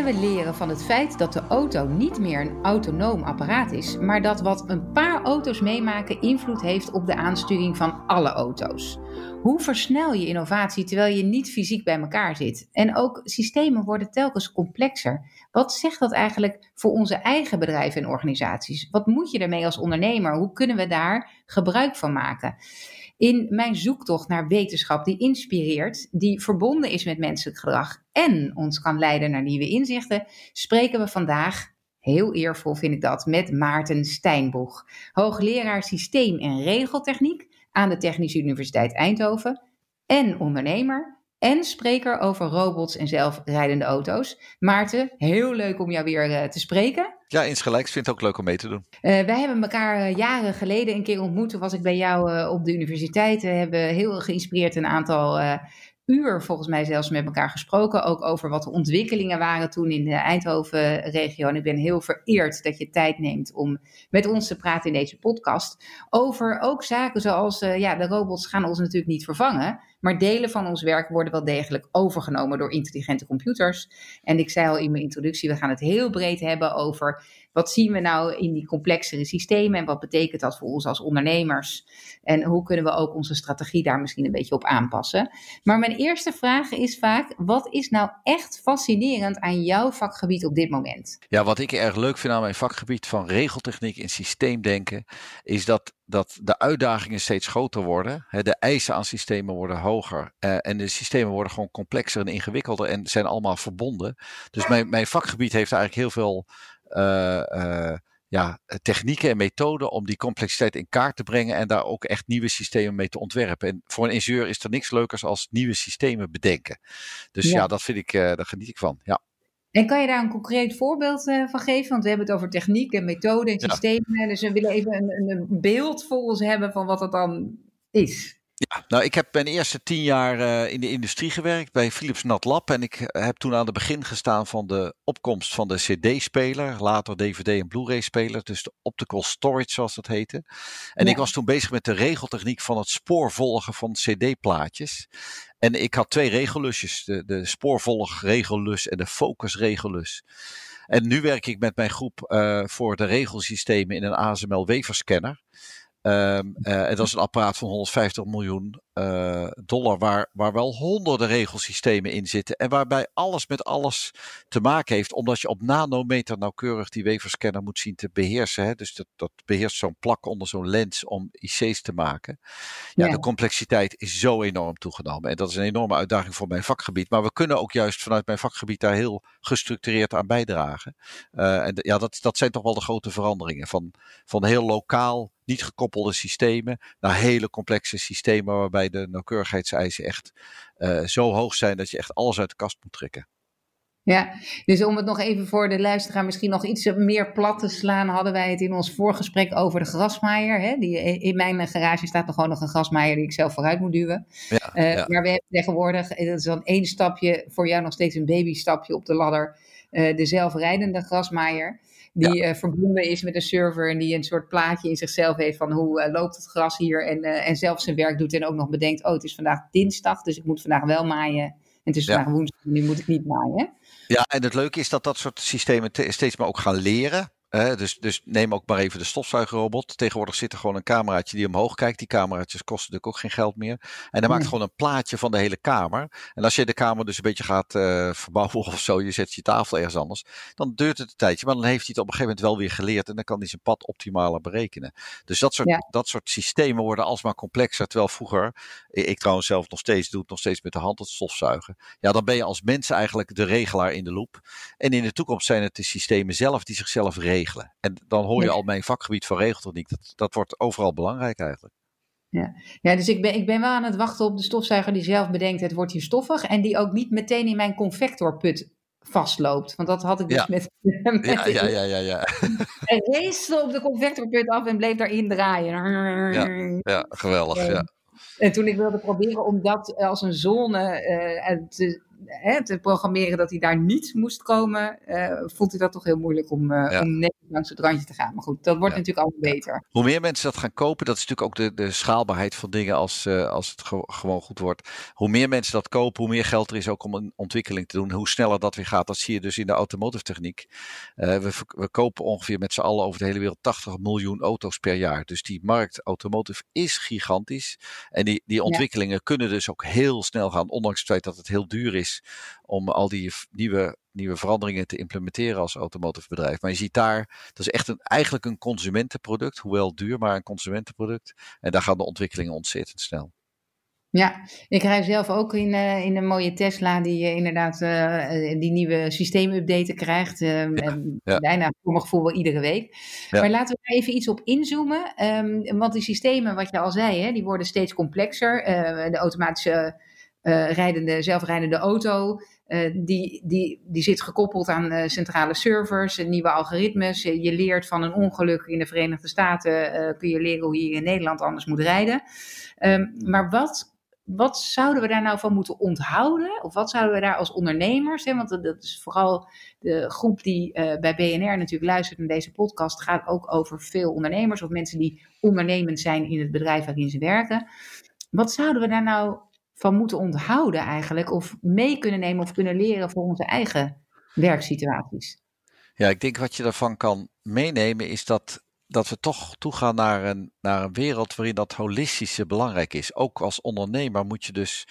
kunnen we leren van het feit dat de auto niet meer een autonoom apparaat is, maar dat wat een paar auto's meemaken invloed heeft op de aansturing van alle auto's? Hoe versnel je innovatie terwijl je niet fysiek bij elkaar zit? En ook systemen worden telkens complexer. Wat zegt dat eigenlijk voor onze eigen bedrijven en organisaties? Wat moet je ermee als ondernemer? Hoe kunnen we daar gebruik van maken? In mijn zoektocht naar wetenschap die inspireert, die verbonden is met menselijk gedrag en ons kan leiden naar nieuwe inzichten, spreken we vandaag, heel eervol vind ik dat, met Maarten Steinboeg, hoogleraar systeem- en regeltechniek aan de Technische Universiteit Eindhoven en ondernemer en spreker over robots en zelfrijdende auto's. Maarten, heel leuk om jou weer te spreken. Ja, insgelijks. Ik vind het ook leuk om mee te doen. Wij hebben elkaar jaren geleden een keer ontmoet. Toen was ik bij jou op de universiteit. We hebben heel geïnspireerd een aantal uur volgens mij zelfs met elkaar gesproken. Ook over wat de ontwikkelingen waren toen in de Eindhoven-regio. En ik ben heel vereerd dat je tijd neemt om met ons te praten in deze podcast. Over ook zaken zoals, de robots gaan ons natuurlijk niet vervangen. Maar delen van ons werk worden wel degelijk overgenomen door intelligente computers. En ik zei al in mijn introductie, we gaan het heel breed hebben over wat zien we nou in die complexere systemen en wat betekent dat voor ons als ondernemers? En hoe kunnen we ook onze strategie daar misschien een beetje op aanpassen? Maar mijn eerste vraag is vaak, wat is nou echt fascinerend aan jouw vakgebied op dit moment? Ja, wat ik erg leuk vind aan mijn vakgebied van regeltechniek en systeemdenken, is dat de uitdagingen steeds groter worden. De eisen aan systemen worden hoger. En de systemen worden gewoon complexer en ingewikkelder en zijn allemaal verbonden. Dus mijn vakgebied heeft eigenlijk heel veel technieken en methoden om die complexiteit in kaart te brengen en daar ook echt nieuwe systemen mee te ontwerpen. En voor een ingenieur is er niks leukers als nieuwe systemen bedenken. Dus dat vind ik, daar geniet ik van. Ja. En kan je daar een concreet voorbeeld van geven? Want we hebben het over techniek en methode en systemen. Ja. Dus we willen even een beeld voor ons hebben van wat dat dan is. Ja, nou ik heb mijn eerste 10 jaar in de industrie gewerkt bij Philips Nat Lab. En ik heb toen aan het begin gestaan van de opkomst van de CD-speler. Later DVD en Blu-ray-speler. Dus de optical storage zoals dat heette. En ik was toen bezig met de regeltechniek van het spoorvolgen van CD-plaatjes. En ik had 2 regellusjes. De spoorvolgregellus en de focusregellus. En nu werk ik met mijn groep voor de regelsystemen in een ASML waverscanner. En dat is een apparaat van $150 miljoen waar wel honderden regelsystemen in zitten. En waarbij alles met alles te maken heeft. Omdat je op nanometer nauwkeurig die waverscanner moet zien te beheersen. Hè? Dus dat beheerst zo'n plak onder zo'n lens om IC's te maken. Ja, de complexiteit is zo enorm toegenomen. En dat is een enorme uitdaging voor mijn vakgebied. Maar we kunnen ook juist vanuit mijn vakgebied daar heel gestructureerd aan bijdragen. Dat zijn toch wel de grote veranderingen. Van heel lokaal, niet gekoppelde systemen naar hele complexe systemen waarbij de nauwkeurigheidseisen echt zo hoog zijn dat je echt alles uit de kast moet trekken. Ja, dus om het nog even voor de luisteraar misschien nog iets meer plat te slaan, hadden wij het in ons voorgesprek over de grasmaaier. Hè? In mijn garage staat nog gewoon nog een grasmaaier die ik zelf vooruit moet duwen. Maar we hebben tegenwoordig, dat is dan 1 stapje, voor jou nog steeds een babystapje op de ladder, de zelfrijdende grasmaaier. Die verbonden is met een server en die een soort plaatje in zichzelf heeft van hoe loopt het gras hier en zelf zijn werk doet en ook nog bedenkt, het is vandaag dinsdag, dus ik moet vandaag wel maaien. En het is vandaag woensdag, nu moet ik niet maaien. Ja, en het leuke is dat soort systemen steeds maar ook gaan leren. Dus neem ook maar even de stofzuigerrobot. Tegenwoordig zit er gewoon een cameraatje die omhoog kijkt. Die cameraatjes kosten natuurlijk ook geen geld meer. En dan maakt gewoon een plaatje van de hele kamer. En als je de kamer dus een beetje gaat verbouwen of zo, je zet je tafel ergens anders, dan duurt het een tijdje. Maar dan heeft hij het op een gegeven moment wel weer geleerd en dan kan hij zijn pad optimaler berekenen. Dus dat soort systemen worden alsmaar complexer. Terwijl vroeger, ik trouwens zelf nog steeds doe het nog steeds met de hand het stofzuigen. Ja, dan ben je als mens eigenlijk de regelaar in de loop. En in de toekomst zijn het de systemen zelf die zichzelf regelen. En dan hoor je al mijn vakgebied van regeltechniek. Dat wordt overal belangrijk eigenlijk. Ja, dus ik ben wel aan het wachten op de stofzuiger die zelf bedenkt, het wordt hier stoffig. En die ook niet meteen in mijn convectorput vastloopt. Want dat had ik dus met Hij race op de convectorput af en bleef daarin draaien. Ja, geweldig. Ja. En toen ik wilde proberen om dat als een zone te programmeren dat hij daar niet moest komen, vond hij dat toch heel moeilijk om net langs het randje te gaan. Maar goed, dat wordt natuurlijk allemaal beter. Hoe meer mensen dat gaan kopen, dat is natuurlijk ook de schaalbaarheid van dingen als het gewoon goed wordt. Hoe meer mensen dat kopen, hoe meer geld er is ook om een ontwikkeling te doen. Hoe sneller dat weer gaat, dat zie je dus in de automotive techniek. We kopen ongeveer met z'n allen over de hele wereld 80 miljoen auto's per jaar. Dus die markt automotive is gigantisch. En die ontwikkelingen kunnen dus ook heel snel gaan, ondanks het feit dat het heel duur is om al die nieuwe veranderingen te implementeren als automotive bedrijf. Maar je ziet daar, dat is echt eigenlijk een consumentenproduct, hoewel duur, maar een consumentenproduct. En daar gaan de ontwikkelingen ontzettend snel. Ja, ik rij zelf ook in een mooie Tesla die inderdaad die nieuwe systeemupdaten krijgt. Bijna voor mijn gevoel wel iedere week. Ja. Maar laten we er even iets op inzoomen. Want die systemen, wat je al zei, hè, die worden steeds complexer. De automatische zelfrijdende auto, die zit gekoppeld aan centrale servers, nieuwe algoritmes. Je leert van een ongeluk in de Verenigde Staten, kun je leren hoe je in Nederland anders moet rijden. Maar wat zouden we daar nou van moeten onthouden? Of wat zouden we daar als ondernemers, hè, want dat is vooral de groep die bij BNR natuurlijk luistert naar deze podcast, gaat ook over veel ondernemers of mensen die ondernemend zijn in het bedrijf waarin ze werken. Wat zouden we daar nou van moeten onthouden eigenlijk, of mee kunnen nemen of kunnen leren voor onze eigen werksituaties? Ja, ik denk wat je daarvan kan meenemen is dat we toch toegaan naar een wereld waarin dat holistische belangrijk is. Ook als ondernemer moet je dus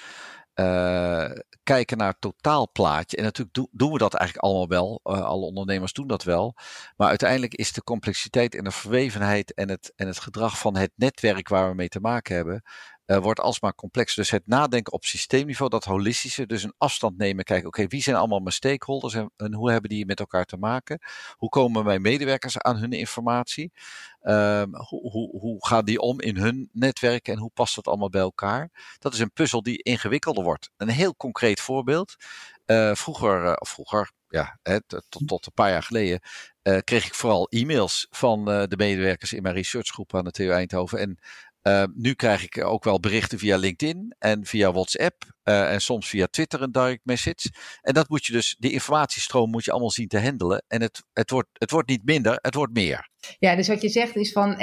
kijken naar het totaalplaatje. En natuurlijk doen we dat eigenlijk allemaal wel. Alle ondernemers doen dat wel. Maar uiteindelijk is de complexiteit en de verwevenheid en het gedrag van het netwerk waar we mee te maken hebben, wordt alsmaar complex. Dus het nadenken op systeemniveau, dat holistische, dus een afstand nemen, kijken, oké, wie zijn allemaal mijn stakeholders en hoe hebben die met elkaar te maken? Hoe komen mijn medewerkers aan hun informatie? Hoe gaan die om in hun netwerk en hoe past dat allemaal bij elkaar? Dat is een puzzel die ingewikkelder wordt. Een heel concreet voorbeeld. Vroeger, tot een paar jaar geleden, kreeg ik vooral e-mails van de medewerkers in mijn researchgroep aan de TU Eindhoven. En nu krijg ik ook wel berichten via LinkedIn en via WhatsApp en soms via Twitter een direct message. En dat moet je dus, die informatiestroom moet je allemaal zien te handelen. En het wordt niet minder, het wordt meer. Ja, dus wat je zegt is van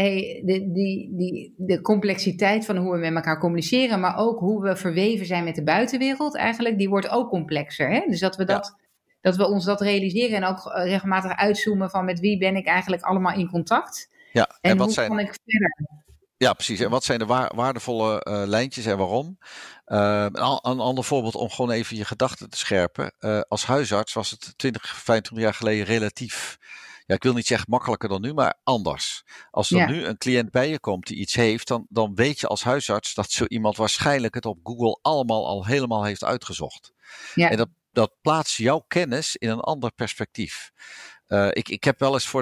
de complexiteit van hoe we met elkaar communiceren, maar ook hoe we verweven zijn met de buitenwereld eigenlijk, die wordt ook complexer. Hè? Dus dat we ons dat realiseren en ook regelmatig uitzoomen van met wie ben ik eigenlijk allemaal in contact. Ja, en wat hoe kan ik verder? Ja, precies. En wat zijn de waardevolle lijntjes en waarom? Een ander voorbeeld om gewoon even je gedachten te scherpen. Als huisarts was het 25 jaar geleden relatief, ja, ik wil niet zeggen makkelijker dan nu, maar anders. Als er nu een cliënt bij je komt die iets heeft, dan weet je als huisarts dat zo iemand waarschijnlijk het op Google allemaal al helemaal heeft uitgezocht. Ja. En dat plaatst jouw kennis in een ander perspectief. Ik heb wel eens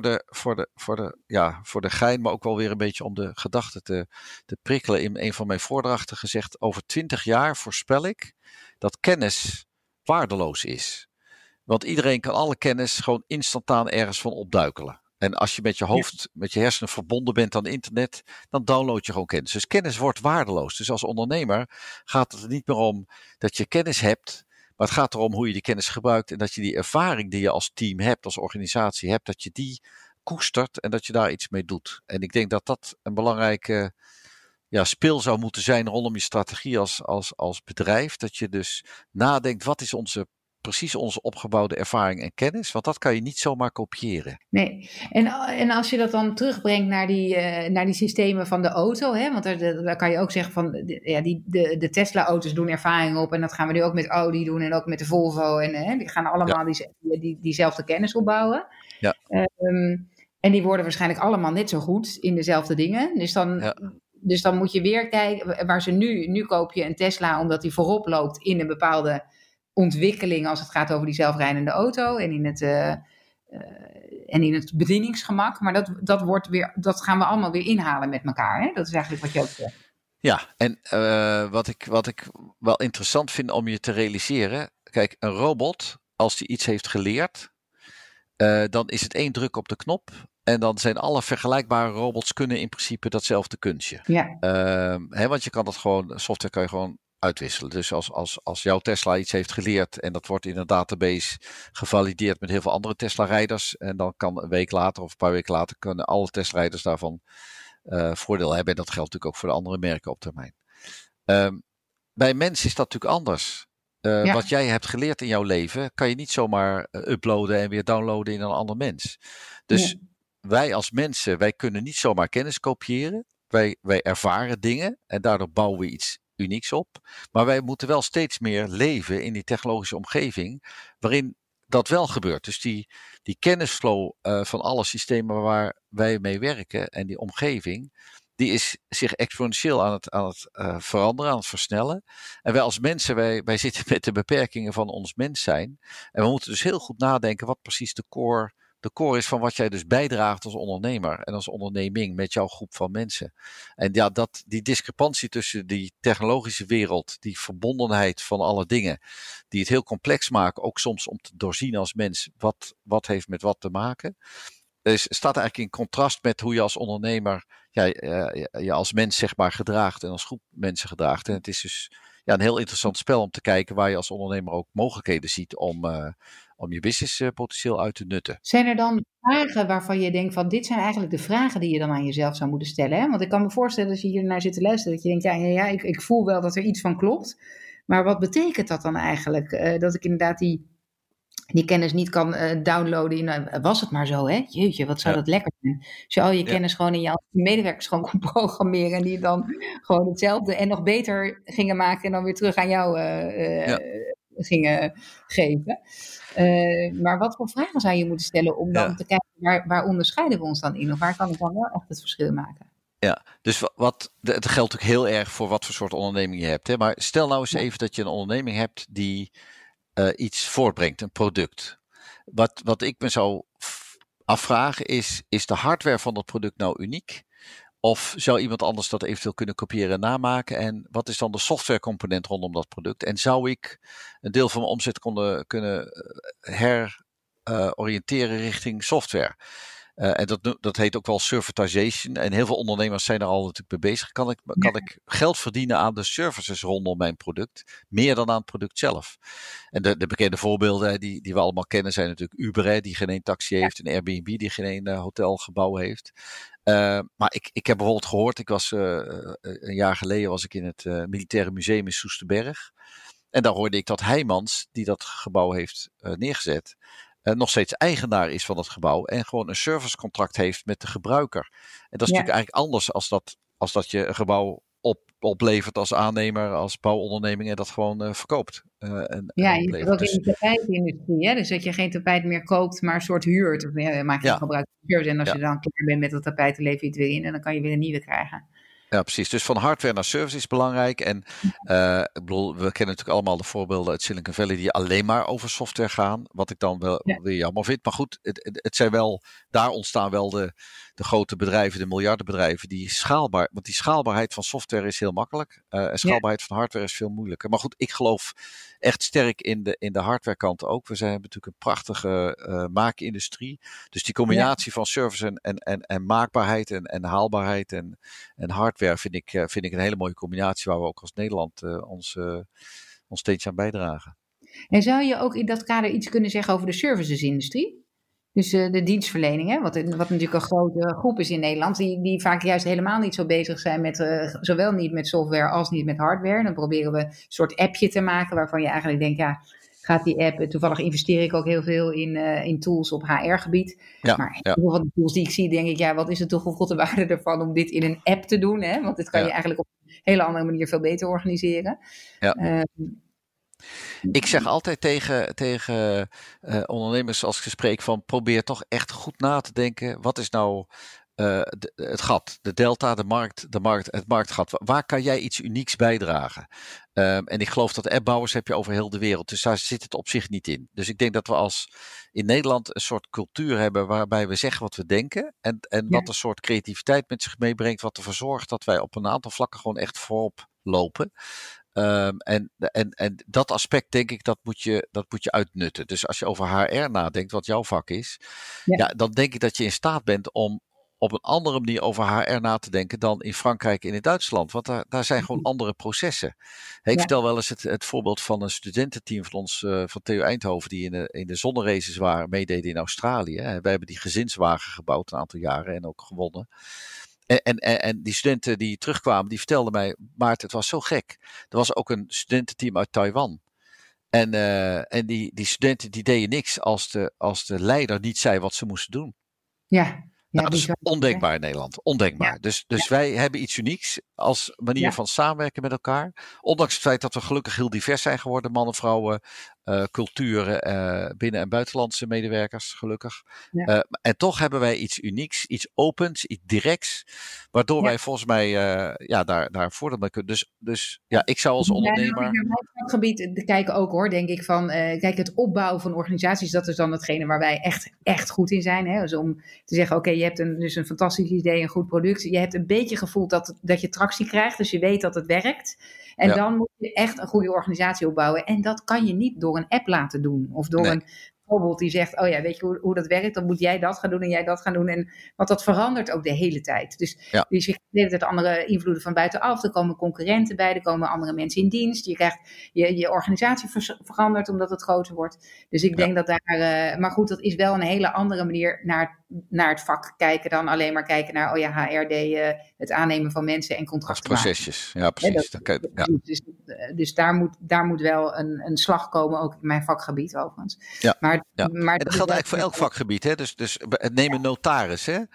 voor de gein, maar ook wel weer een beetje om de gedachten te prikkelen, in een van mijn voordrachten gezegd, over 20 jaar voorspel ik dat kennis waardeloos is. Want iedereen kan alle kennis gewoon instantaan ergens van opduikelen. En als je met je hoofd, met je hersenen verbonden bent aan internet, dan download je gewoon kennis. Dus kennis wordt waardeloos. Dus als ondernemer gaat het er niet meer om dat je kennis hebt, maar het gaat erom hoe je die kennis gebruikt en dat je die ervaring die je als team hebt, als organisatie hebt, dat je die koestert en dat je daar iets mee doet. En ik denk dat dat een belangrijke spil zou moeten zijn rondom je strategie als bedrijf. Dat je dus nadenkt, wat is precies onze opgebouwde ervaring en kennis, want dat kan je niet zomaar kopiëren. Nee, en als je dat dan terugbrengt naar die systemen van de auto, hè, want daar kan je ook zeggen van, de Tesla-auto's doen ervaring op en dat gaan we nu ook met Audi doen en ook met de Volvo en die gaan allemaal diezelfde kennis opbouwen. Ja. En die worden waarschijnlijk allemaal net zo goed in dezelfde dingen, dus dan moet je weer kijken, waar ze nu koop je een Tesla omdat die voorop loopt in een bepaalde ontwikkeling als het gaat over die zelfrijdende auto en in het bedieningsgemak. Maar dat gaan we allemaal weer inhalen met elkaar. Hè? Dat is eigenlijk wat je ook zegt. Ja, en wat ik wel interessant vind om je te realiseren. Kijk, een robot, als die iets heeft geleerd, dan is het 1 druk op de knop. En dan zijn alle vergelijkbare robots kunnen in principe datzelfde kunstje. Ja. Want je kan dat gewoon, software kan je gewoon uitwisselen. Dus als jouw Tesla iets heeft geleerd en dat wordt in een database gevalideerd met heel veel andere Tesla-rijders, en dan kan een week later of een paar weken later kunnen alle Tesla-rijders daarvan voordeel hebben. En dat geldt natuurlijk ook voor de andere merken op termijn. Bij mensen is dat natuurlijk anders. Wat jij hebt geleerd in jouw leven, kan je niet zomaar uploaden en weer downloaden in een ander mens. Dus wij als mensen, wij kunnen niet zomaar kennis kopiëren. Wij ervaren dingen en daardoor bouwen we iets unieks op. Maar wij moeten wel steeds meer leven in die technologische omgeving waarin dat wel gebeurt. Dus die kennisflow van alle systemen waar wij mee werken en die omgeving, die is zich exponentieel aan het veranderen, aan het versnellen. En wij als mensen, wij zitten met de beperkingen van ons mens zijn. En we moeten dus heel goed nadenken wat precies de core is van wat jij dus bijdraagt als ondernemer en als onderneming met jouw groep van mensen. En ja, die discrepantie tussen die technologische wereld, die verbondenheid van alle dingen, die het heel complex maken, ook soms om te doorzien als mens wat heeft met wat te maken. Dus staat eigenlijk in contrast met hoe je als ondernemer je als mens zeg maar gedraagt en als groep mensen gedraagt. En het is dus een heel interessant spel om te kijken waar je als ondernemer ook mogelijkheden ziet om je business potentieel uit te nutten. Zijn er dan vragen waarvan je denkt van dit zijn eigenlijk de vragen die je dan aan jezelf zou moeten stellen? Hè? Want ik kan me voorstellen als je hier naar zit te luisteren dat je denkt ik voel wel dat er iets van klopt. Maar wat betekent dat dan eigenlijk? Dat ik inderdaad die kennis niet kan downloaden. Was het maar zo, hè? Jeetje, wat zou dat lekker zijn. Als je al je kennis gewoon in je medewerkers gewoon kon programmeren en die dan gewoon hetzelfde en nog beter gingen maken en dan weer terug aan jou gingen geven. Maar wat voor vragen zou je moeten stellen om dan te kijken waar onderscheiden we ons dan in? Of waar kan ik dan wel echt het verschil maken? Ja, dus het geldt ook heel erg voor wat voor soort onderneming je hebt. Hè? Maar stel nou eens even dat je een onderneming hebt die iets voortbrengt, een product. Wat ik me zou afvragen is de hardware van dat product nou uniek? Of zou iemand anders dat eventueel kunnen kopiëren en namaken? En wat is dan de softwarecomponent rondom dat product? En zou ik een deel van mijn omzet kunnen heroriënteren richting software? En dat heet ook wel servitization. En heel veel ondernemers zijn er al natuurlijk mee bezig. Kan ik geld verdienen aan de services rondom mijn product, meer dan aan het product zelf? En de bekende voorbeelden die we allemaal kennen zijn natuurlijk Uber, die geen één taxi heeft, en Airbnb, die geen één hotelgebouw heeft. Maar ik heb bijvoorbeeld gehoord, ik was een jaar geleden was ik in het Militaire Museum in Soesterberg. En daar hoorde ik dat Heijmans, die dat gebouw heeft neergezet, nog steeds eigenaar is van het gebouw en gewoon een servicecontract heeft met de gebruiker. En dat is natuurlijk eigenlijk anders als dat je een gebouw oplevert als aannemer, als bouwonderneming en dat gewoon verkoopt. Je zit ook in de tapijtindustrie, hè? Dus dat je geen tapijt meer koopt, maar een soort huurt. Of maak je gebruik van huurt. En als je dan klaar bent met dat tapijt, dan lever je het weer in en dan kan je weer een nieuwe krijgen. Ja, precies. Dus van hardware naar service is belangrijk. En ik bedoel, we kennen natuurlijk allemaal de voorbeelden uit Silicon Valley die alleen maar over software gaan. Wat ik dan wel weer jammer vind. Maar goed, het zijn wel, daar ontstaan wel de grote bedrijven, de miljardenbedrijven, die schaalbaar. Want die schaalbaarheid van software is heel makkelijk. En schaalbaarheid van hardware is veel moeilijker. Maar goed, ik geloof echt sterk in de hardwarekant ook. We hebben natuurlijk een prachtige maakindustrie. Dus die combinatie van service en maakbaarheid en haalbaarheid en hardware vind ik een hele mooie combinatie waar we ook als Nederland ons steeds aan bijdragen. En zou je ook in dat kader iets kunnen zeggen over de servicesindustrie? Dus de dienstverlening, hè? Wat natuurlijk een grote groep is in Nederland, die vaak juist helemaal niet zo bezig zijn met, zowel niet met software als niet met hardware. Dan proberen we een soort appje te maken waarvan je eigenlijk denkt, gaat die app, toevallig investeer ik ook heel veel in tools op HR-gebied. Maar heel veel tools die ik zie, denk ik, wat is de toegevoegde waarde ervan om dit in een app te doen? Hè? Want dit kan je eigenlijk op een hele andere manier veel beter organiseren. Ja. Ik zeg altijd tegen ondernemers als ik spreek van probeer toch echt goed na te denken. Wat is nou het gat, de delta, het marktgat? Waar kan jij iets unieks bijdragen? En ik geloof dat appbouwers heb je over heel de wereld. Dus daar zit het op zich niet in. Dus ik denk dat we in Nederland een soort cultuur hebben waarbij we zeggen wat we denken. En wat een soort creativiteit met zich meebrengt. Wat ervoor zorgt dat wij op een aantal vlakken gewoon echt voorop lopen. En dat aspect denk ik, dat moet je uitnutten. Dus als je over HR nadenkt, wat jouw vak is, dan denk ik dat je in staat bent om op een andere manier over HR na te denken dan in Frankrijk en in Duitsland. Want daar zijn gewoon andere processen. Hey, ik vertel wel eens het voorbeeld van een studententeam van ons, van TU Eindhoven, die in de zonneraces meededen in Australië. Wij hebben die gezinswagen gebouwd een aantal jaren en ook gewonnen. En die studenten die terugkwamen, die vertelden mij, Maarten, het was zo gek. Er was ook een studententeam uit Taiwan. En die studenten die deden niks als de leider niet zei wat ze moesten doen. Ja. Dat is ondenkbaar in Nederland. Ondenkbaar. Ja. Dus wij hebben iets unieks als manier van samenwerken met elkaar. Ondanks het feit dat we gelukkig heel divers zijn geworden. Mannen, vrouwen, culturen, binnen- en buitenlandse medewerkers, gelukkig. Ja. En toch hebben wij iets unieks, iets opens, iets directs. Waardoor wij volgens mij daar voordeel mee kunnen. Dus ik zou als ondernemer... Naar mijn vakgebied kijken ook hoor, denk ik van... kijk, het opbouwen van organisaties, dat is dan hetgene waar wij echt goed in zijn. Hè? Dus om te zeggen, oké, je hebt een fantastisch idee, een goed product. Je hebt een beetje gevoeld dat je tractie krijgt, dus je weet dat het werkt. En dan moet je echt een goede organisatie opbouwen. En dat kan je niet door een app laten doen. Of door een robot die zegt, oh ja, weet je hoe dat werkt? Dan moet jij dat gaan doen en jij dat gaan doen. Want dat verandert ook de hele tijd. Dus je krijgt de hele tijd andere invloeden van buitenaf. Er komen concurrenten bij, er komen andere mensen in dienst. Je krijgt je organisatie verandert omdat het groter wordt. Dus ik denk dat daar... maar goed, dat is wel een hele andere manier naar het vak kijken dan alleen maar kijken naar, HRD, het aannemen van mensen en contracten maken. Procesjes, ja precies. Dus daar moet wel een slag komen, ook in mijn vakgebied overigens. Ja. Maar en dat geldt eigenlijk voor elk vakgebied. Hè? Dus neem een notaris. Hè?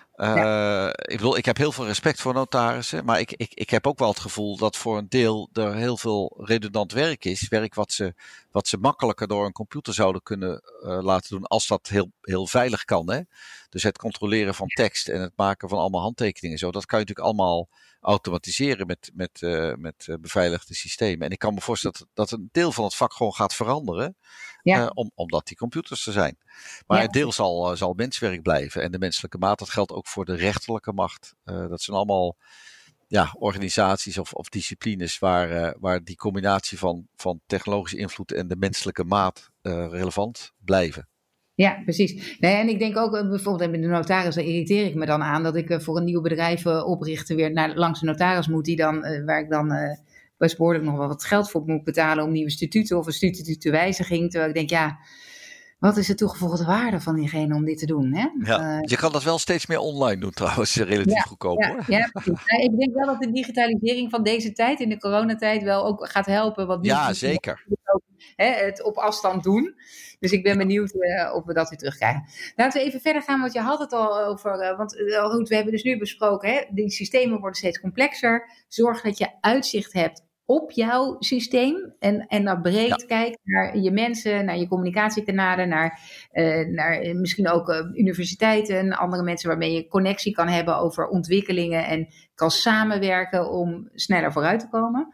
Ik heb heel veel respect voor notarissen, maar ik heb ook wel het gevoel dat voor een deel er heel veel redundant werk is. Werk wat ze makkelijker door een computer zouden kunnen laten doen, als dat heel, heel veilig kan. Hè? Dus het controleren van tekst en het maken van allemaal handtekeningen. Dat kan je natuurlijk allemaal automatiseren met beveiligde systemen. En ik kan me voorstellen dat een deel van het vak gewoon gaat veranderen. Omdat die computers er zijn. Maar een deel zal menswerk blijven. En de menselijke maat, dat geldt ook voor de rechterlijke macht. Dat zijn allemaal organisaties of disciplines waar die combinatie van technologische invloed en de menselijke maat relevant blijven. Ja, precies. Nee, en ik denk ook bijvoorbeeld bij de notaris, daar irriteer ik me dan aan dat ik voor een nieuw bedrijf oprichten weer langs de notaris moet, waar ik dan behoorlijk nog wel wat geld voor moet betalen om nieuwe statuten of een statutenwijziging. Terwijl ik denk, wat is de toegevoegde waarde van diegene om dit te doen? Hè? Ja, je kan dat wel steeds meer online doen trouwens, relatief goedkoop hoor. Ja, precies. Ik denk wel dat de digitalisering van deze tijd, in de coronatijd, wel ook gaat helpen. Zeker. Het op afstand doen. Dus ik ben benieuwd of we dat weer terugkrijgen. Laten we even verder gaan, want je had het al over... want goed, we hebben dus nu besproken, die systemen worden steeds complexer. Zorg dat je uitzicht hebt op jouw systeem en naar breed kijkt naar je mensen, naar je communicatiekanalen, naar misschien ook universiteiten, andere mensen waarmee je connectie kan hebben over ontwikkelingen en kan samenwerken om sneller vooruit te komen.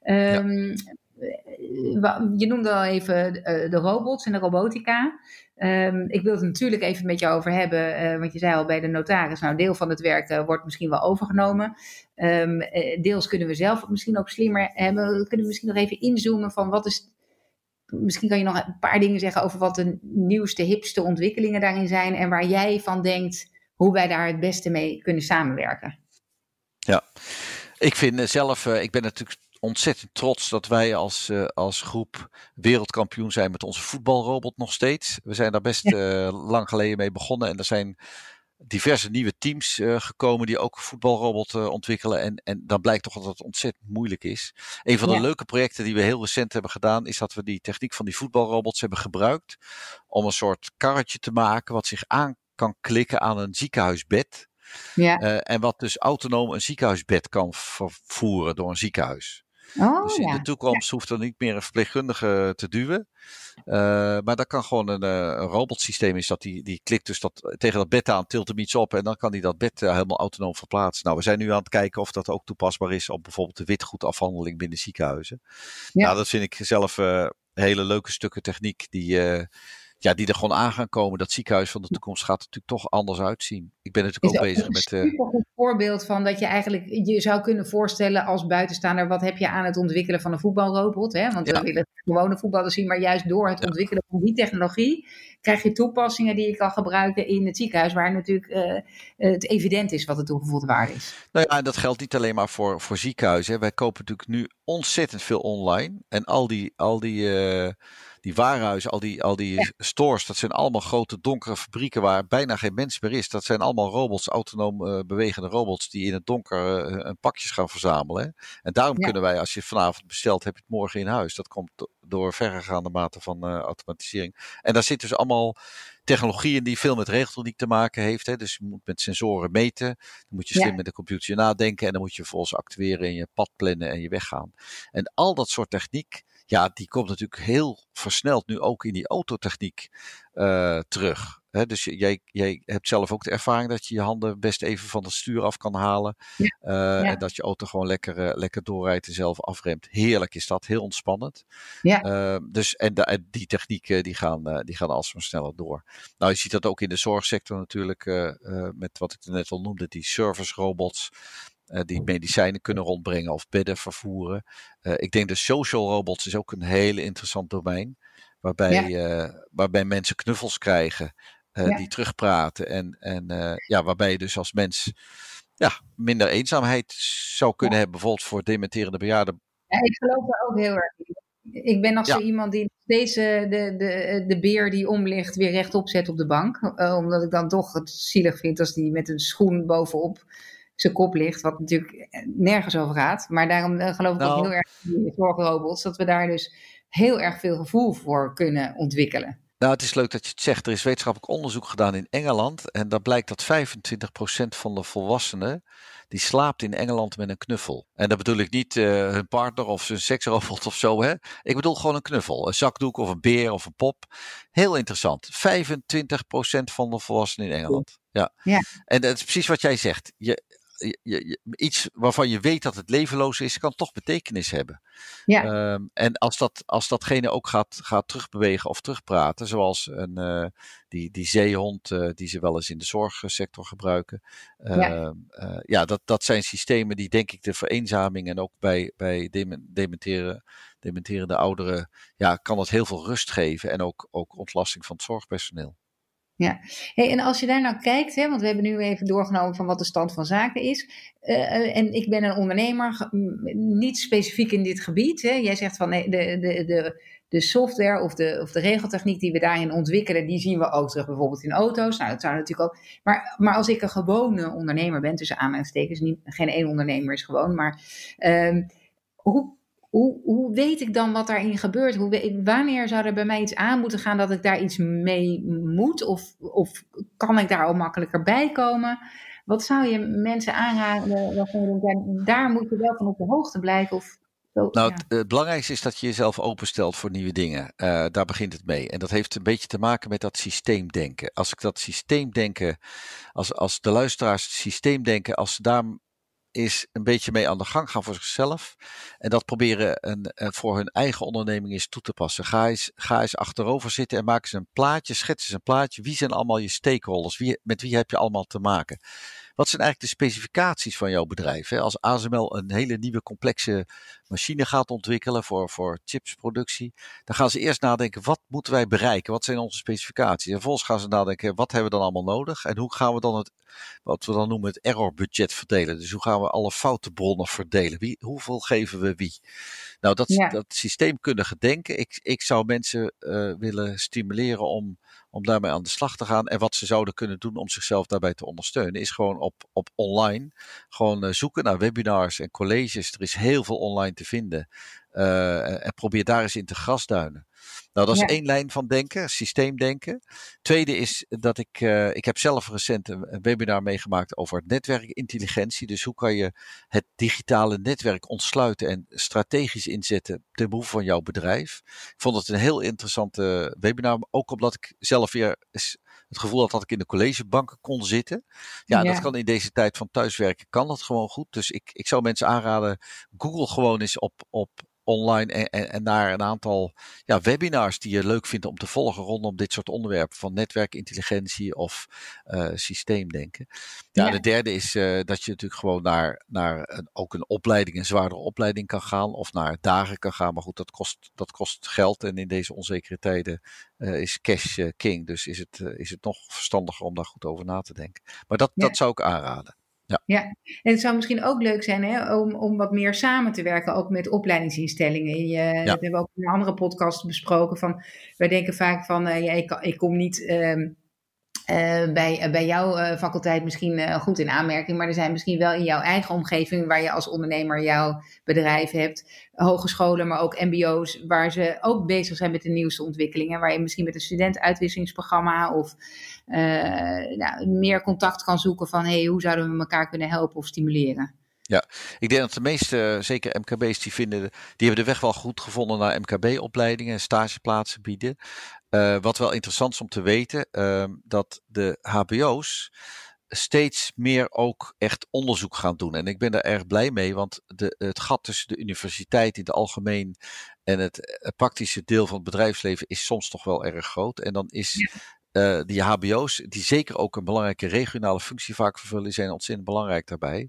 Je noemde al even de robots en de robotica. Ik wil het natuurlijk even met jou over hebben, want je zei al bij de notaris, deel van het werk wordt misschien wel overgenomen. Deels kunnen we zelf misschien ook slimmer hebben. Kunnen we misschien nog even inzoomen van misschien kan je nog een paar dingen zeggen over wat de nieuwste, hipste ontwikkelingen daarin zijn en waar jij van denkt hoe wij daar het beste mee kunnen samenwerken. Ja, ik vind zelf, ik ben natuurlijk ontzettend trots dat wij als groep wereldkampioen zijn met onze voetbalrobot nog steeds. We zijn daar best lang geleden mee begonnen en er zijn diverse nieuwe teams gekomen die ook voetbalrobot ontwikkelen. En dan blijkt toch dat het ontzettend moeilijk is. Een van de leuke projecten die we heel recent hebben gedaan is dat we die techniek van die voetbalrobots hebben gebruikt om een soort karretje te maken wat zich aan kan klikken aan een ziekenhuisbed. En wat dus autonoom een ziekenhuisbed kan vervoeren door een ziekenhuis. Dus in de toekomst hoeft er niet meer een verpleegkundige te duwen. Maar dat kan gewoon een robotsysteem is dat die klikt dus tegen dat bed aan, tilt hem iets op en dan kan hij dat bed helemaal autonoom verplaatsen. We zijn nu aan het kijken of dat ook toepasbaar is op bijvoorbeeld de witgoedafhandeling binnen ziekenhuizen. Dat vind ik zelf hele leuke stukken techniek die er gewoon aan gaan komen. Dat ziekenhuis van de toekomst gaat er natuurlijk toch anders uitzien. Ik ben natuurlijk ook bezig met... Een supergoed voorbeeld van dat je eigenlijk je zou kunnen voorstellen als buitenstaander, wat heb je aan het ontwikkelen van een voetbalrobot? Hè? Want we willen gewone voetballers zien, maar juist door het ontwikkelen van die technologie krijg je toepassingen die je kan gebruiken in het ziekenhuis, waar natuurlijk het evident is wat de toegevoegde waarde is. Nou ja, en dat geldt niet alleen maar voor ziekenhuizen. Hè. Wij kopen natuurlijk nu ontzettend veel online. En die warenhuizen, al die stores, dat zijn allemaal grote donkere fabrieken waar bijna geen mens meer is. Dat zijn allemaal robots, autonoom bewegende robots die in het donker pakjes gaan verzamelen. Hè. En daarom kunnen wij, als je vanavond bestelt, heb je het morgen in huis. Dat komt door verregaande mate van automatisering. En daar zitten dus allemaal technologieën die veel met regeltechniek te maken heeft. Hè. Dus je moet met sensoren meten. Dan moet je slim met de computer nadenken. En dan moet je vervolgens actueren en je pad plannen en je weggaan. En al dat soort techniek, ja, die komt natuurlijk heel versneld nu ook in die autotechniek terug. Hè, dus jij hebt zelf ook de ervaring dat je je handen best even van het stuur af kan halen. En dat je auto gewoon lekker doorrijdt en zelf afremt. Heerlijk is dat, heel ontspannend. Ja. Die technieken die gaan alsmaar sneller door. Nou, je ziet dat ook in de zorgsector natuurlijk. Met wat ik net al noemde, die service robots. Die medicijnen kunnen rondbrengen of bedden vervoeren. Ik denk de social robots is ook een hele interessant domein. Waarbij mensen knuffels krijgen. Die terugpraten. Waarbij je dus als mens minder eenzaamheid zou kunnen hebben. Bijvoorbeeld voor dementerende bejaarden. Ja, ik geloof er ook heel erg in. Ik ben als zo iemand die steeds de beer die om ligt weer rechtop zet op de bank. Omdat ik dan toch het zielig vind als die met een schoen bovenop zijn kop ligt. Wat natuurlijk nergens over gaat. Maar daarom geloof ik ook heel erg in die zorgrobots. Dat we daar dus heel erg veel gevoel voor kunnen ontwikkelen. Nou, het is leuk dat je het zegt. Er is wetenschappelijk onderzoek gedaan in Engeland. En daar blijkt dat 25% van de volwassenen die slaapt in Engeland met een knuffel. En dat bedoel ik niet hun partner of zijn seksrobot of zo. Hè? Ik bedoel gewoon een knuffel. Een zakdoek of een beer of een pop. Heel interessant. 25% van de volwassenen in Engeland. Ja. En dat is precies wat jij zegt. Iets waarvan je weet dat het levenloos is, kan toch betekenis hebben. Ja. En als datgene ook gaat terugbewegen of terugpraten, zoals die zeehond die ze wel eens in de zorgsector gebruiken. Dat zijn systemen die, denk ik, de vereenzaming en ook bij dementerende ouderen, kan het heel veel rust geven en ook ontlasting van het zorgpersoneel. Ja, en als je daar nou kijkt, want we hebben nu even doorgenomen van wat de stand van zaken is. En ik ben een ondernemer, niet specifiek in dit gebied. Jij zegt van de software of de regeltechniek die we daarin ontwikkelen, die zien we ook terug bijvoorbeeld in auto's. Nou, dat zou natuurlijk ook. Maar als ik een gewone ondernemer ben, tussen aanhalingstekens, geen één ondernemer is gewoon, maar hoe weet ik dan wat daarin gebeurt? Wanneer zou er bij mij iets aan moeten gaan dat ik daar iets mee moet? Of kan ik daar al makkelijker bij komen? Wat zou je mensen aanraden waarvan je denkt, daar moet je wel van op de hoogte blijven? Het belangrijkste is dat je jezelf openstelt voor nieuwe dingen. Daar begint het mee. En dat heeft een beetje te maken met dat systeemdenken. Als ik dat systeemdenken, als de luisteraars het systeemdenken, als ze daar is een beetje mee aan de gang gaan voor zichzelf. En dat proberen voor hun eigen onderneming eens toe te passen. Ga eens achterover zitten en maak eens een plaatje. Schets eens een plaatje. Wie zijn allemaal je stakeholders? Met wie heb je allemaal te maken? Wat zijn eigenlijk de specificaties van jouw bedrijf? Hè? Als ASML een hele nieuwe complexe machine gaat ontwikkelen voor chipsproductie, dan gaan ze eerst nadenken, wat moeten wij bereiken? Wat zijn onze specificaties? En vervolgens gaan ze nadenken, wat hebben we dan allemaal nodig? En hoe gaan we dan wat we dan noemen het errorbudget verdelen? Dus hoe gaan we alle foutenbronnen verdelen? Hoeveel geven we wie? Nou, dat systeemkundige denken, ik zou mensen willen stimuleren om daarmee aan de slag te gaan. En wat ze zouden kunnen doen om zichzelf daarbij te ondersteunen, is gewoon op online gewoon zoeken naar webinars en colleges. Er is heel veel online te vinden. En probeer daar eens in te grasduinen. Nou, dat is één lijn van denken, systeemdenken. Tweede is dat ik heb zelf recent een webinar meegemaakt over netwerkintelligentie. Dus hoe kan je het digitale netwerk ontsluiten en strategisch inzetten ten behoeve van jouw bedrijf. Ik vond het een heel interessante webinar, ook omdat ik zelf weer het gevoel had dat ik in de collegebanken kon zitten. Ja, dat kan in deze tijd van thuiswerken, kan dat gewoon goed. Dus ik zou mensen aanraden, Google gewoon eens op online en naar een aantal webinars die je leuk vindt om te volgen rondom dit soort onderwerpen van netwerkintelligentie of systeemdenken. Ja, de derde is dat je natuurlijk gewoon naar ook een opleiding, een zwaardere opleiding kan gaan of naar dagen kan gaan. Maar goed, dat kost geld en in deze onzekere tijden is cash king. Dus is het nog verstandiger om daar goed over na te denken. Maar dat zou ik aanraden. Ja, en het zou misschien ook leuk zijn om wat meer samen te werken, ook met opleidingsinstellingen. Dat hebben we ook in een andere podcast besproken. Wij denken vaak van, ik kom niet bij jouw faculteit misschien goed in aanmerking, maar er zijn misschien wel in jouw eigen omgeving, waar je als ondernemer jouw bedrijf hebt, hogescholen, maar ook mbo's, waar ze ook bezig zijn met de nieuwste ontwikkelingen, waar je misschien met een studentenuitwisselingsprogramma of meer contact kan zoeken van hoe zouden we elkaar kunnen helpen of stimuleren. Ja, ik denk dat de meeste, zeker MKB's, die hebben de weg wel goed gevonden naar MKB-opleidingen en stageplaatsen bieden. Wat wel interessant is om te weten, dat de HBO's steeds meer ook echt onderzoek gaan doen. En ik ben daar erg blij mee, want het gat tussen de universiteit in het algemeen en het praktische deel van het bedrijfsleven is soms toch wel erg groot. En dan is die HBO's, die zeker ook een belangrijke regionale functie vaak vervullen, die zijn ontzettend belangrijk daarbij.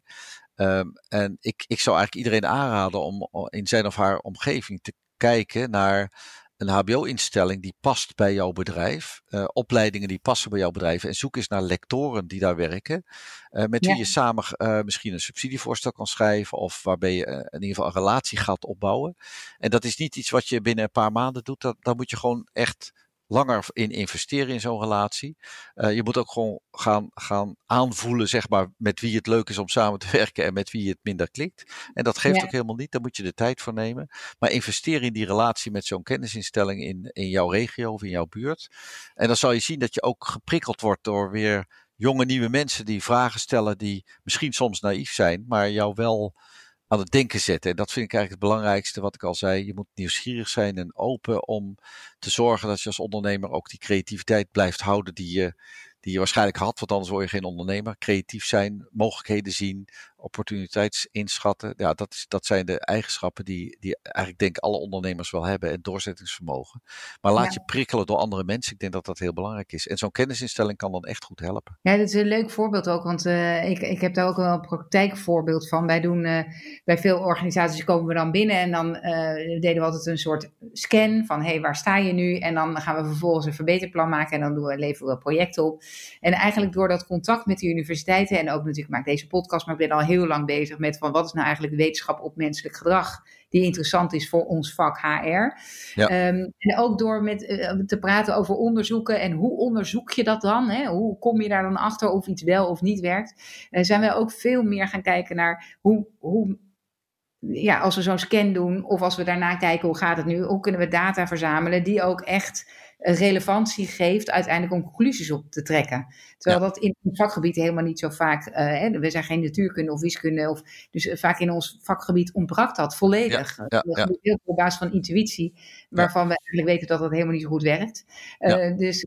En ik zou eigenlijk iedereen aanraden om in zijn of haar omgeving te kijken naar een HBO-instelling die past bij jouw bedrijf. Opleidingen die passen bij jouw bedrijf. En zoek eens naar lectoren die daar werken. Met wie je samen misschien een subsidievoorstel kan schrijven. Of waarbij je in ieder geval een relatie gaat opbouwen. En dat is niet iets wat je binnen een paar maanden doet. Daar moet je gewoon echt langer in investeren in zo'n relatie. Je moet ook gewoon gaan aanvoelen, zeg maar, met wie het leuk is om samen te werken en met wie het minder klikt. En dat geeft ook helemaal niet. Daar moet je de tijd voor nemen. Maar investeer in die relatie met zo'n kennisinstelling in jouw regio of in jouw buurt. En dan zal je zien dat je ook geprikkeld wordt door weer jonge nieuwe mensen die vragen stellen die misschien soms naïef zijn, maar jou wel aan het denken zetten. En dat vind ik eigenlijk het belangrijkste wat ik al zei. Je moet nieuwsgierig zijn en open om te zorgen dat je als ondernemer ook die creativiteit blijft houden die je waarschijnlijk had, want anders word je geen ondernemer. Creatief zijn, mogelijkheden zien, opportuniteits inschatten. Ja, dat zijn de eigenschappen die eigenlijk denk ik alle ondernemers wel hebben en doorzettingsvermogen. Maar laat je prikkelen door andere mensen. Ik denk dat dat heel belangrijk is. En zo'n kennisinstelling kan dan echt goed helpen. Ja, dat is een leuk voorbeeld ook, want ik heb daar ook wel een praktijkvoorbeeld van. Wij doen bij veel organisaties komen we dan binnen en dan deden we altijd een soort scan van waar sta je nu? En dan gaan we vervolgens een verbeterplan maken en dan leveren we projecten op. En eigenlijk door dat contact met de universiteiten en ook natuurlijk maak ik deze podcast, maar ik ben al heel lang bezig met van wat is nou eigenlijk de wetenschap op menselijk gedrag die interessant is voor ons vak HR. Ja. En ook door te praten over onderzoeken en hoe onderzoek je dat dan? Hè? Hoe kom je daar dan achter of iets wel of niet werkt? Zijn wij ook veel meer gaan kijken naar hoe als we zo'n scan doen of als we daarna kijken hoe gaat het nu, hoe kunnen we data verzamelen die ook echt relevantie geeft uiteindelijk om conclusies op te trekken. Terwijl dat in het vakgebied helemaal niet zo vaak, we zijn geen natuurkunde of wiskunde, dus vaak in ons vakgebied ontbrak dat volledig. Heel veel op basis van intuïtie, waarvan we eigenlijk weten dat dat helemaal niet zo goed werkt. Dus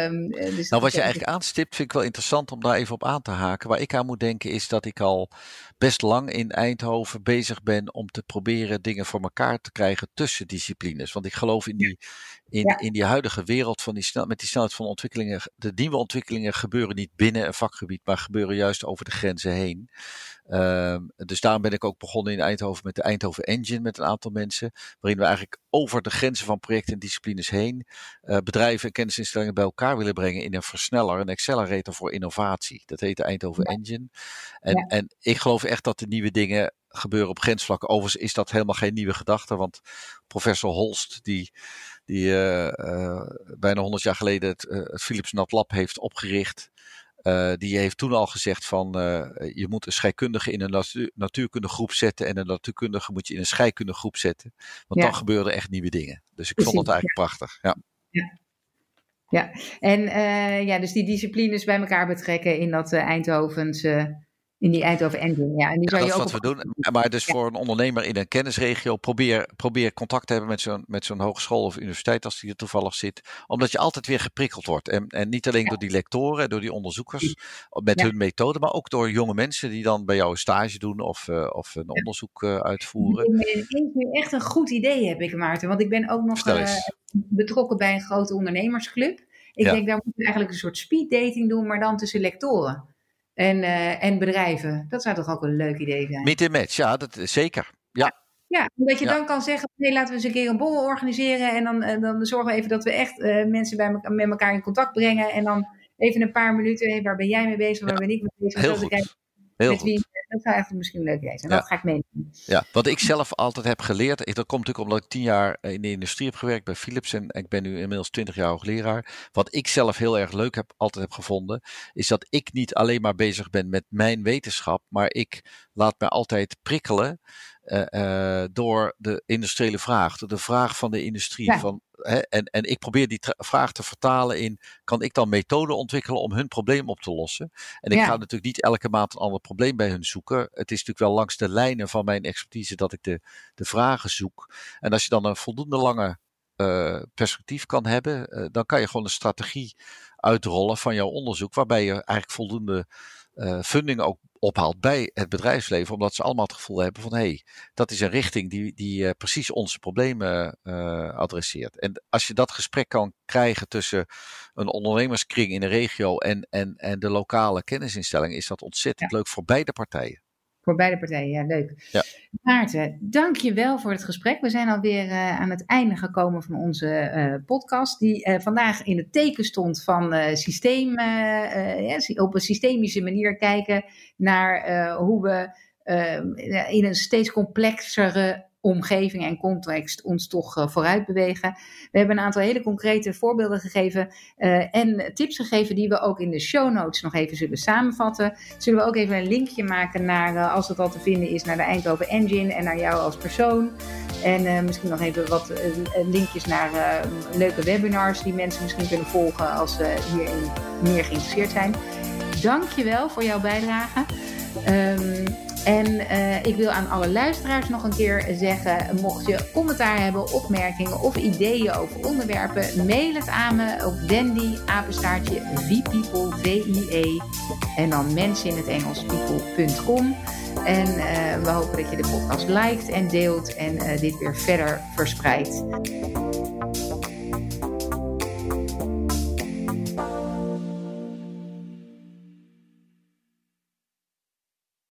wat je eigenlijk aanstipt vind ik wel interessant om daar even op aan te haken. Waar ik aan moet denken is dat ik al best lang in Eindhoven bezig ben om te proberen dingen voor elkaar te krijgen tussen disciplines. Want ik geloof in die huidige wereld met die snelheid van ontwikkelingen. De nieuwe ontwikkelingen gebeuren niet binnen een vakgebied, maar gebeuren juist over de grenzen heen. Dus daarom ben ik ook begonnen in Eindhoven met de Eindhoven Engine met een aantal mensen, waarin we eigenlijk over de grenzen van projecten en disciplines heen bedrijven en kennisinstellingen bij elkaar willen brengen in een versneller, een accelerator voor innovatie. Dat heet de Eindhoven Engine. En ik geloof echt dat de nieuwe dingen gebeuren op grensvlakken. Overigens is dat helemaal geen nieuwe gedachte, want professor Holst, die bijna 100 jaar geleden het Philips Nat Lab heeft opgericht, die heeft toen al gezegd van je moet een scheikundige in een natuurkundegroep zetten en een natuurkundige moet je in een scheikundegroep zetten. Want dan gebeuren er echt nieuwe dingen. Dus ik vond dat eigenlijk prachtig. Ja, en dus die disciplines bij elkaar betrekken in dat Eindhovense In die Eindhoven Engine, ja. En die zou dat je is ook wat we doen. Maar dus voor een ondernemer in een kennisregio, probeer contact te hebben met zo'n hogeschool of universiteit als die er toevallig zit. Omdat je altijd weer geprikkeld wordt. En niet alleen door die lectoren, door die onderzoekers, met hun methode, maar ook door jonge mensen die dan bij jou een stage doen of een onderzoek uitvoeren. Nu echt een goed idee heb ik, Maarten. Want ik ben ook nog betrokken bij een grote ondernemersclub. Ik denk, daar moeten we eigenlijk een soort speeddating doen, maar dan tussen lectoren en bedrijven. Dat zou toch ook een leuk idee zijn? Meet and match, ja, dat is zeker. Ja, omdat je dan kan zeggen, nee, laten we eens een keer een borrel organiseren. En dan zorgen we even dat we echt mensen met elkaar in contact brengen. En dan even een paar minuten, hey, waar ben jij mee bezig, waar ben ik mee bezig? Heel goed. Heel goed. Dat zou eigenlijk misschien leuk zijn. En dat ga ik meenemen. Ja, wat ik zelf altijd heb geleerd, dat komt natuurlijk omdat ik 10 jaar in de industrie heb gewerkt bij Philips en ik ben nu inmiddels 20 jaar hoogleraar. Wat ik zelf heel erg leuk altijd heb gevonden, is dat ik niet alleen maar bezig ben met mijn wetenschap, maar ik laat me altijd prikkelen door de industriële vraag, door de vraag van de industrie. Ja. En ik probeer die vraag te vertalen in, kan ik dan methoden ontwikkelen om hun probleem op te lossen? En ik ga natuurlijk niet elke maand een ander probleem bij hun zoeken. Het is natuurlijk wel langs de lijnen van mijn expertise dat ik de vragen zoek. En als je dan een voldoende lange perspectief kan hebben, dan kan je gewoon een strategie uitrollen van jouw onderzoek, waarbij je eigenlijk voldoende funding ook ophaalt bij het bedrijfsleven, omdat ze allemaal het gevoel hebben van hey, dat is een richting die precies onze problemen adresseert. En als je dat gesprek kan krijgen tussen een ondernemerskring in de regio en de lokale kennisinstelling, is dat ontzettend leuk voor beide partijen. Voor beide partijen, ja, leuk. Ja. Maarten, dank je wel voor het gesprek. We zijn alweer aan het einde gekomen van onze podcast, die vandaag in het teken stond van op een systemische manier kijken naar hoe we in een steeds complexere omgeving en context ons toch vooruit bewegen. We hebben een aantal hele concrete voorbeelden gegeven en tips gegeven die we ook in de show notes nog even zullen samenvatten. Zullen we ook even een linkje maken naar, als het al te vinden is, naar de Eindhoven Engine en naar jou als persoon. En misschien nog even wat linkjes naar leuke webinars die mensen misschien kunnen volgen als ze hierin meer geïnteresseerd zijn. Dank je wel voor jouw bijdrage. En ik wil aan alle luisteraars nog een keer zeggen, mocht je commentaar hebben, opmerkingen of ideeën over onderwerpen, mail het aan me op wendy@vpeople, V-I-E, en dan mensen in het Engels, people.com. En we hopen dat je de podcast liked en deelt en dit weer verder verspreidt.